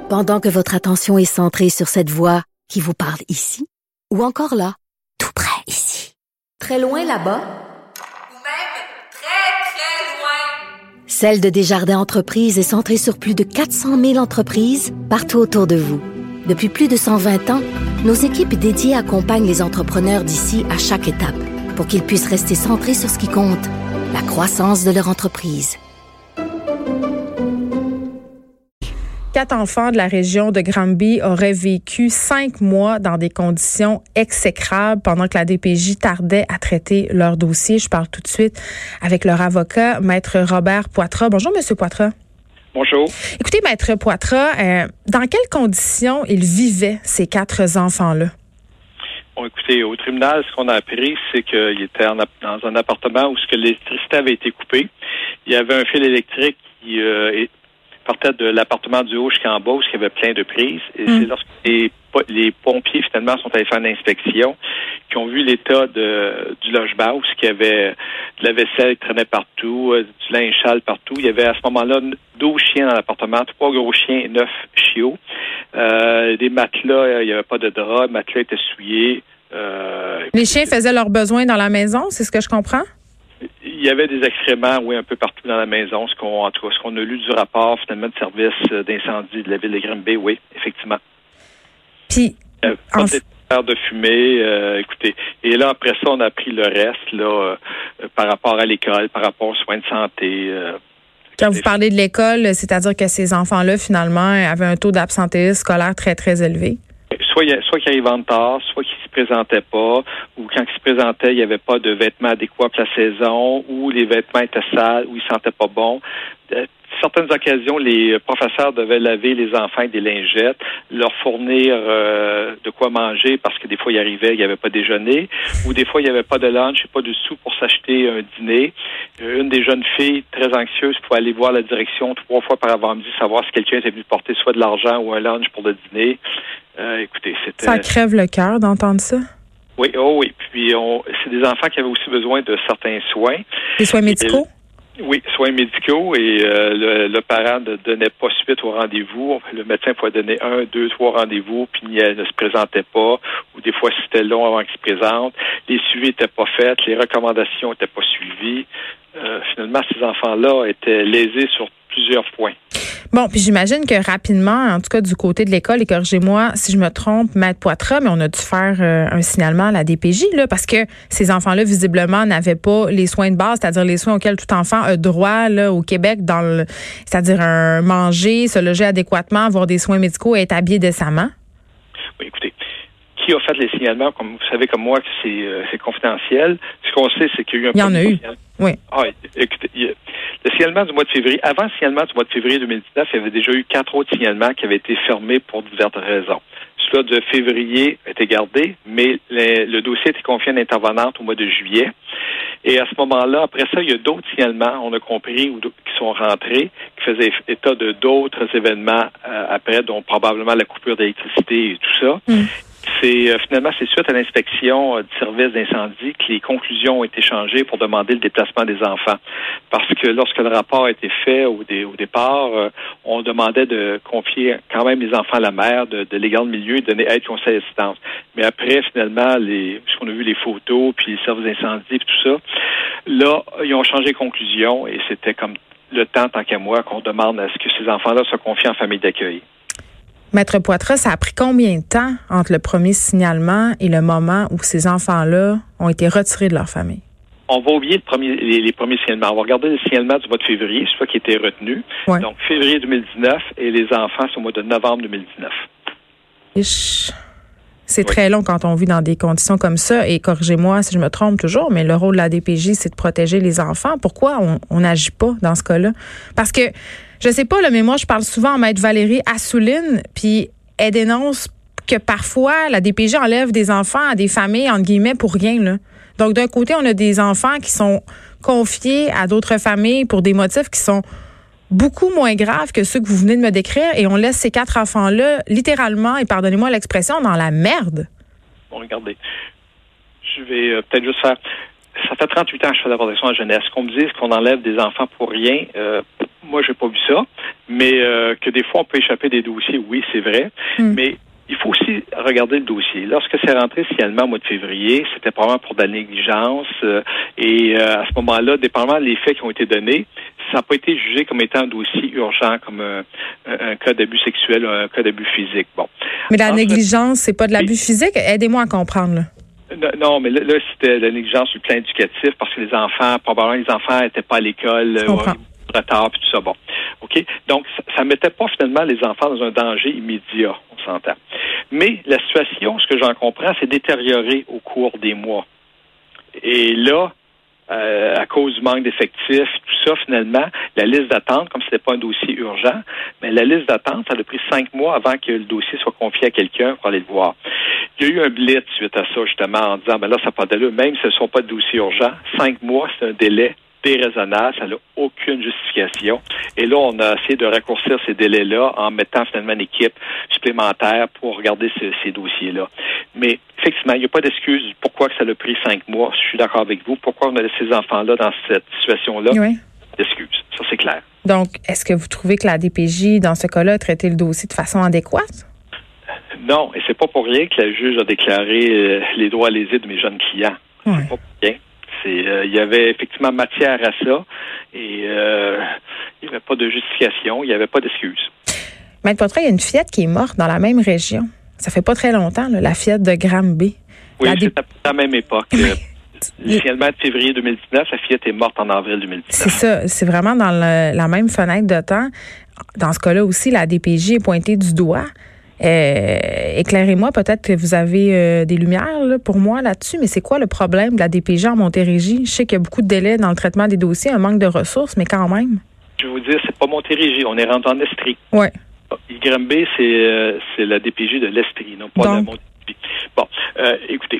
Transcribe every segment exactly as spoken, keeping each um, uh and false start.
Pendant que votre attention est centrée sur cette voix qui vous parle ici, ou encore là, tout près ici, très loin là-bas, ou même très, très loin. Celle de Desjardins Entreprises est centrée sur plus de quatre cent mille entreprises partout autour de vous. Depuis plus de cent vingt ans, nos équipes dédiées accompagnent les entrepreneurs d'ici à chaque étape pour qu'ils puissent rester centrés sur ce qui compte, la croissance de leur entreprise. Quatre enfants de la région de Granby auraient vécu cinq mois dans des conditions exécrables pendant que la D P J tardait à traiter leur dossier. Je parle tout de suite avec leur avocat, Maître Robert Poitras. Bonjour, Monsieur Poitras. Bonjour. Écoutez, Maître Poitras, euh, dans quelles conditions ils vivaient, ces quatre enfants-là? Bon, écoutez, au tribunal, ce qu'on a appris, c'est qu'il était en, dans un appartement où ce que l'électricité avait été coupée. Il y avait un fil électrique qui euh, est partait de l'appartement du haut jusqu'en bas, où il y avait plein de prises. Et mmh. c'est lorsque les, les pompiers, finalement, sont allés faire une inspection, qui ont vu l'état de, du logement, où il y avait de la vaisselle qui traînait partout, euh, du linge sale partout. Il y avait à ce moment-là douze chiens dans l'appartement, trois gros chiens et neuf chiots. Euh, des matelas, il n'y avait pas de drap, le matelas était souillé. Euh, les chiens faisaient leurs besoins dans la maison, c'est ce que je comprends? Il y avait des excréments, oui, un peu partout dans la maison. Ce qu'on, en tout cas, ce qu'on a lu du rapport, finalement, de service d'incendie de la ville de Granby, oui, effectivement. Puis, euh, pas en... de de fumée, euh, écoutez. Et là, après ça, on a pris le reste, là, euh, par rapport à l'école, par rapport aux soins de santé. Euh, Quand vous parlez de l'école, c'est-à-dire que ces enfants-là, finalement, avaient un taux d'absentéisme scolaire très, très élevé? Soit, soit qu'ils arrivent en retard, soit qu'ils se présentaient pas, ou quand ils se présentaient, il n'y avait pas de vêtements adéquats pour la saison, ou les vêtements étaient sales, ou ils sentaient pas bon. Euh, certaines occasions, les professeurs devaient laver les enfants avec des lingettes, leur fournir euh, de quoi manger, parce que des fois, ils arrivaient, il n'y avait pas de déjeuner, ou des fois, il n'y avait pas de lunch et pas de sous pour s'acheter un dîner. Une des jeunes filles, très anxieuses, pouvait aller voir la direction trois fois par avant-midi, savoir si quelqu'un était venu porter soit de l'argent ou un lunch pour le dîner. Euh, écoutez, c'était... Ça crève le cœur d'entendre ça. Oui, oh oui. Puis on, c'est des enfants qui avaient aussi besoin de certains soins. Des soins médicaux? Et, oui, soins médicaux. Et euh, le, le parent ne donnait pas suite au rendez-vous. Le médecin pouvait donner un, deux, trois rendez-vous, puis il ne se présentait pas. Ou des fois, c'était long avant qu'il se présente. Les suivis n'étaient pas faits. Les recommandations n'étaient pas suivies. Euh, finalement, ces enfants-là étaient lésés sur plusieurs points. Bon, puis j'imagine que rapidement, en tout cas du côté de l'école, et corrigez-moi si je me trompe, Maître Poitras, mais on a dû faire euh, un signalement à la D P J, là, parce que ces enfants-là, visiblement, n'avaient pas les soins de base, c'est-à-dire les soins auxquels tout enfant a droit là, au Québec, dans le, c'est-à-dire un manger, se loger adéquatement, avoir des soins médicaux et être habillé décemment. Oui, écoutez. Qui a fait les signalements, comme vous savez comme moi que c'est, euh, c'est confidentiel. Ce qu'on sait, c'est qu'il y a eu un... Il y en a eu, oui. Ah, écoutez, il y a, le signalement du mois de février, avant le signalement du mois de février deux mille dix-neuf, il y avait déjà eu quatre autres signalements qui avaient été fermés pour diverses raisons. Celui de février a été gardé, mais le, le dossier a été confié à une intervenante au mois de juillet. Et à ce moment-là, après ça, il y a d'autres signalements, on a compris, ou qui sont rentrés, qui faisaient état de d'autres événements euh, après, dont probablement la coupure d'électricité et tout ça. Mm. C'est euh, finalement c'est suite à l'inspection euh, du service d'incendie que les conclusions ont été changées pour demander le déplacement des enfants. Parce que lorsque le rapport a été fait au, dé, au départ, euh, on demandait de confier quand même les enfants à la mère, de, de les garder au milieu et de donner aide conseil d'assistance. Mais après, finalement, les puisqu'on a vu les photos, puis les services d'incendie et tout ça, là, ils ont changé de conclusion et c'était comme le temps, tant qu'à moi, qu'on demande à ce que ces enfants-là soient confiés en famille d'accueil. Maître Poitras, ça a pris combien de temps entre le premier signalement et le moment où ces enfants-là ont été retirés de leur famille? On va oublier le premier, les, les premiers signalements. On va regarder le signalement du mois de février, c'est ça qui a été retenu. Ouais. Donc, février deux mille dix-neuf et les enfants, c'est au mois de novembre deux mille dix-neuf. Ich. C'est oui. Très long quand on vit dans des conditions comme ça. Et corrigez-moi si je me trompe toujours, mais le rôle de la D P J, c'est de protéger les enfants. Pourquoi on n'agit pas dans ce cas-là? Parce que, je sais pas, là, mais moi, je parle souvent à Maître Valérie Assouline, puis elle dénonce que parfois, la D P J enlève des enfants à des familles, entre guillemets, pour rien, là. Donc, d'un côté, on a des enfants qui sont confiés à d'autres familles pour des motifs qui sont beaucoup moins graves que ceux que vous venez de me décrire, et on laisse ces quatre enfants-là, littéralement, et pardonnez-moi l'expression, dans la merde. Bon, regardez, je vais euh, peut-être juste faire... ça fait trente-huit ans que je fais de la protection de la jeunesse. Qu'on me dise qu'on enlève des enfants pour rien, euh, moi, j'ai pas vu ça. Mais euh, que des fois, on peut échapper des dossiers, oui, c'est vrai. Mm. Mais il faut aussi regarder le dossier. Lorsque c'est rentré signalement au mois de février, c'était probablement pour de la négligence. Euh, et euh, à ce moment-là, dépendamment des faits qui ont été donnés, ça n'a pas été jugé comme étant un dossier urgent, comme un, un, un cas d'abus sexuel ou un cas d'abus physique. Bon. Mais la Ensuite, négligence, c'est pas de l'abus physique? Aidez-moi à comprendre, là. Non, mais là, là c'était la négligence sur le plan éducatif parce que les enfants, probablement les enfants n'étaient pas à l'école, euh, retard, puis tout ça. Bon, OK? Donc, ça ne mettait pas finalement les enfants dans un danger immédiat, on s'entend. Mais la situation, ce que j'en comprends, s'est détériorée au cours des mois. Et là, euh, à cause du manque d'effectifs, tout ça, finalement, la liste d'attente, comme ce n'était pas un dossier urgent, mais la liste d'attente, ça a pris cinq mois avant que le dossier soit confié à quelqu'un pour aller le voir. Il y a eu un blitz suite à ça, justement, en disant, ben là, ça n'a pas d'allure, même si ce ne sont pas de dossiers urgents. Cinq mois, c'est un délai déraisonnable, ça n'a aucune justification. Et là, on a essayé de raccourcir ces délais-là en mettant finalement une équipe supplémentaire pour regarder ce, ces dossiers-là. Mais effectivement, il n'y a pas d'excuse pourquoi que ça a pris cinq mois. Je suis d'accord avec vous. Pourquoi on a laissé ces enfants-là dans cette situation-là? Oui. D'excuses. Ça, c'est clair. Donc, est-ce que vous trouvez que la D P J, dans ce cas-là, a traité le dossier de façon adéquate? Non, et c'est pas pour rien que la juge a déclaré euh, les droits lésés de mes jeunes clients. Oui. C'est pas pour rien. C'est, euh, il y avait effectivement matière à ça et euh, il n'y avait pas de justification, il n'y avait pas d'excuse. Maître Poitras, il y a une fillette qui est morte dans la même région. Ça fait pas très longtemps, là, la fillette de Granby. Oui, la c'est dé... à la même époque. Initialement, de février deux mille dix-neuf, la fillette est morte en avril deux mille dix-neuf. C'est ça, c'est vraiment dans le, la même fenêtre de temps. Dans ce cas-là aussi, la D P J est pointée du doigt. Euh, éclairez-moi, peut-être que vous avez euh, des lumières là, pour moi là-dessus, mais c'est quoi le problème de la D P J en Montérégie? Je sais qu'il y a beaucoup de délais dans le traitement des dossiers, un manque de ressources, mais quand même. Je vais vous dire, c'est pas Montérégie, on est rendu en Estrie. Oui. Granby, c'est, euh, c'est la D P J de l'Estrie, non pas Donc. de la Montérégie. Bon, euh, écoutez,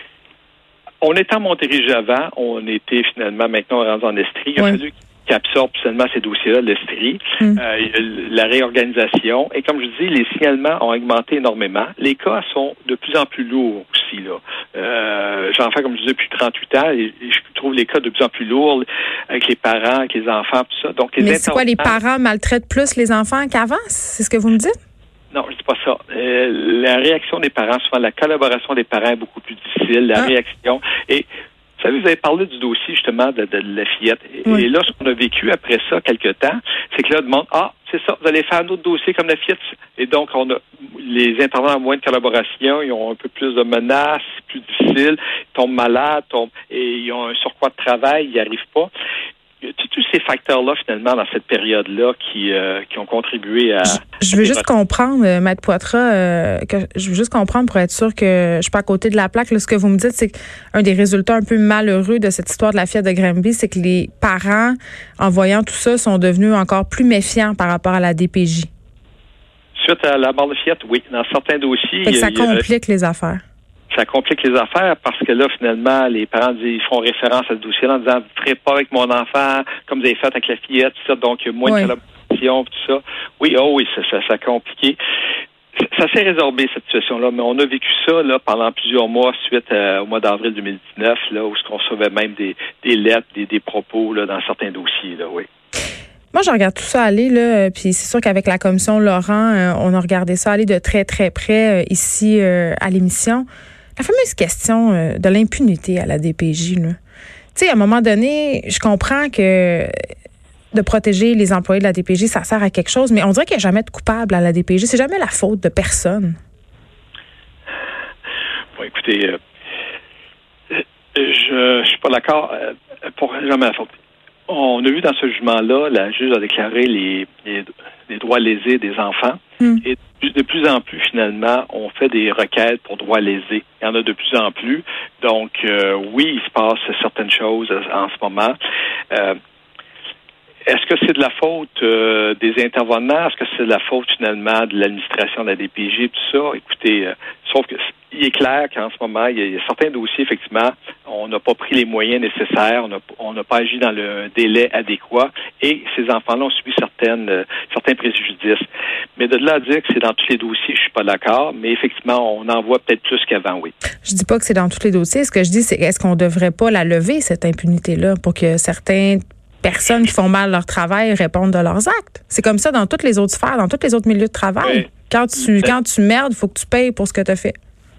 on était en Montérégie avant, on était finalement maintenant rendu en Estrie. Il a oui. fallu qui absorbe seulement ces dossiers-là, l'Estrie, mm. euh, la réorganisation. Et comme je dis, les signalements ont augmenté énormément. Les cas sont de plus en plus lourds aussi. Là. Euh, j'en fais, comme je disais, depuis trente-huit ans et, et je trouve les cas de plus en plus lourds avec les parents, avec les enfants, tout ça. Donc, les Mais c'est quoi, les parents maltraitent plus les enfants qu'avant? C'est ce que vous me dites? Non, je dis pas ça. Euh, la réaction des parents, souvent la collaboration des parents est beaucoup plus difficile, la ah. réaction. Et vous savez, vous avez parlé du dossier, justement, de, de, de la fillette. Et, oui. et là, ce qu'on a vécu après ça, quelque temps, c'est que là, on demande, ah, c'est ça, vous allez faire un autre dossier comme la fillette. Et donc, on a, les intervenants ont moins de collaboration, ils ont un peu plus de menaces, c'est plus difficile, ils tombent malades, tombent, et ils ont un surcroît de travail, ils n'y arrivent pas. Tous ces facteurs-là, finalement, dans cette période-là, qui, euh, qui ont contribué à... Je, je veux juste comprendre, euh, Maître Poitras, euh, que je veux juste comprendre pour être sûr que je suis pas à côté de la plaque. Là, ce que vous me dites, c'est qu'un des résultats un peu malheureux de cette histoire de la fillette de Granby, c'est que les parents, en voyant tout ça, sont devenus encore plus méfiants par rapport à la D P J. Suite à la barre de fillette, oui. Dans certains dossiers... Fait que ça complique les affaires. Ça complique les affaires parce que là, finalement, les parents disent, ils font référence à ce dossier-là en disant, vous ne ferez pas avec mon enfant comme vous avez fait avec la fillette, tout ça, donc il y a moins oui. de collaboration, tout ça. Oui, oh oui, ça, ça, ça a compliqué. Ça, ça s'est résorbé, cette situation-là, mais on a vécu ça là pendant plusieurs mois suite à, au mois d'avril deux mille dix-neuf, là, où on recevait même des, des lettres, des, des propos là, dans certains dossiers, là, oui. Moi, je regarde tout ça aller, là, puis c'est sûr qu'avec la commission Laurent, euh, on a regardé ça aller de très, très près euh, ici euh, à l'émission. La fameuse question euh, de l'impunité à la D P J, là. Tu sais, à un moment donné, je comprends que de protéger les employés de la D P J, ça sert à quelque chose, mais on dirait qu'il n'y a jamais de coupable à la D P J. C'est jamais la faute de personne. Bon, écoutez, euh, je ne suis pas d'accord euh, pour jamais la faute. On a vu dans ce jugement-là, la juge a déclaré les, les, les droits lésés des enfants. Mm. Et de plus en plus, finalement, on fait des requêtes pour droits lésés. Il y en a de plus en plus. Donc, euh, oui, il se passe certaines choses en ce moment. Euh, Est-ce que c'est de la faute euh, des intervenants? Est-ce que c'est de la faute, finalement, de l'administration de la D P J, tout ça? Écoutez, euh, sauf que il est clair qu'en ce moment, il y, a, il y a certains dossiers, effectivement, on n'a pas pris les moyens nécessaires, on n'a pas agi dans le délai adéquat, et ces enfants-là ont subi certaines, euh, certains préjudices. Mais Mais de là à dire que c'est dans tous les dossiers, je suis pas d'accord, mais effectivement, on en voit peut-être plus qu'avant, oui. Je dis pas que c'est dans tous les dossiers. Ce que je dis, c'est est-ce qu'on devrait pas la lever, cette impunité-là, pour que certaines personnes qui font mal leur travail répondent de leurs actes? C'est comme ça dans toutes les autres sphères, dans tous les autres milieux de travail. Oui. Quand tu, c'est... quand tu merdes, il faut que tu payes pour ce que tu as fait.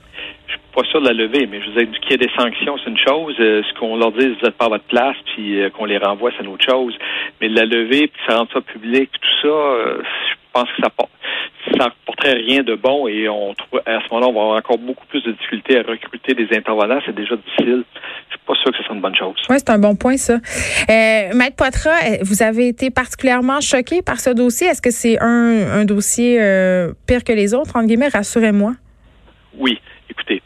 Je suis pas sûr de la lever, mais je veux dire, qu'il y ait des sanctions, c'est une chose. Euh, ce qu'on leur dit, vous n'êtes pas à votre place, puis euh, qu'on les renvoie, c'est une autre chose. Mais de la lever, puis ça rend ça public, tout ça, euh, je pense que ça porte. Ça n'apporterait rien de bon et on trouve à ce moment-là, on va avoir encore beaucoup plus de difficultés à recruter des intervenants. C'est déjà difficile. Je suis pas sûr que ce soit une bonne chose. Oui, c'est un bon point, ça. Euh, Maître Poitras, vous avez été particulièrement choqué par ce dossier. Est-ce que c'est un, un dossier euh, pire que les autres, entre guillemets? Rassurez-moi. Oui. Écoutez,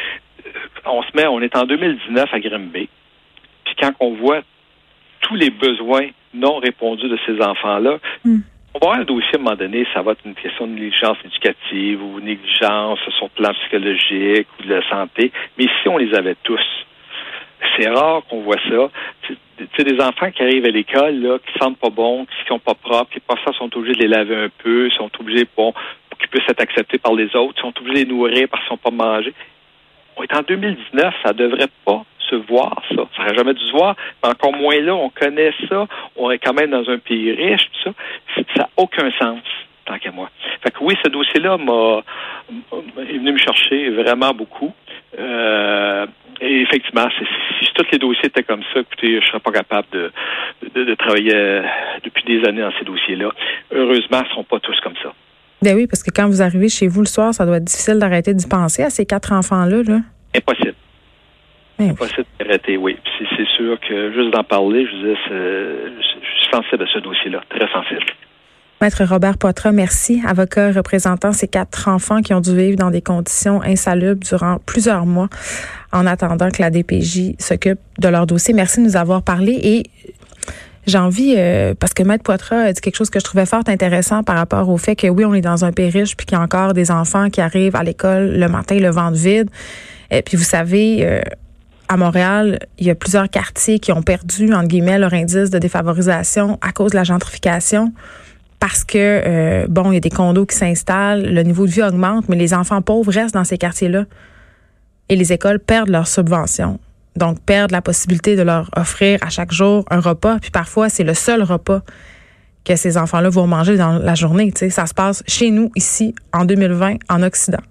on se met, on est en deux mille dix-neuf à Grimby. Puis quand on voit tous les besoins non répondus de ces enfants-là, mm. on va avoir un dossier à un moment donné, ça va être une question de négligence éducative ou négligence sur le plan psychologique ou de la santé. Mais si on les avait tous, c'est rare qu'on voit ça. Tu sais, des enfants qui arrivent à l'école, là, qui sentent pas bon, qui sont pas propres, qui par ça sont obligés de les laver un peu, sont obligés, bon, pour qu'ils puissent être acceptés par les autres, sont obligés de les nourrir parce qu'ils sont pas mangés. On est en deux mille dix-neuf, ça devrait pas se voir, ça. Ça n'aurait jamais dû se voir. Mais encore moins là, on connaît ça. On est quand même dans un pays riche, tout ça. Ça n'a aucun sens, tant qu'à moi. Fait que oui, ce dossier-là m'a, est venu me chercher vraiment beaucoup. Euh, et effectivement, c'est, si, si tous les dossiers étaient comme ça, écoutez, je ne serais pas capable de, de, de travailler euh, depuis des années dans ces dossiers-là. Heureusement, ils ne sont pas tous comme ça. Ben oui, parce que quand vous arrivez chez vous le soir, ça doit être difficile d'arrêter d'y penser à ces quatre enfants-là, là. Impossible. Ben Impossible oui. d'arrêter, oui. Puis c'est, c'est sûr que juste d'en parler, je veux dire, je suis sensible à ce dossier-là, très sensible. Maître Robert Poitras, merci, avocat représentant ces quatre enfants qui ont dû vivre dans des conditions insalubres durant plusieurs mois en attendant que la D P J s'occupe de leur dossier. Merci de nous avoir parlé et j'ai envie, euh, parce que Maître Poitras a dit quelque chose que je trouvais fort intéressant par rapport au fait que oui, on est dans un pays riche puis qu'il y a encore des enfants qui arrivent à l'école le matin, le ventre vide. Et puis vous savez, euh, à Montréal, il y a plusieurs quartiers qui ont perdu, entre guillemets, leur indice de défavorisation à cause de la gentrification. Parce que, euh, bon, il y a des condos qui s'installent, le niveau de vie augmente, mais les enfants pauvres restent dans ces quartiers-là. Et les écoles perdent leurs subventions. Donc, perdent la possibilité de leur offrir à chaque jour un repas. Puis parfois, c'est le seul repas que ces enfants-là vont manger dans la journée. Tu sais, ça se passe chez nous, ici, en deux mille vingt, en Occident.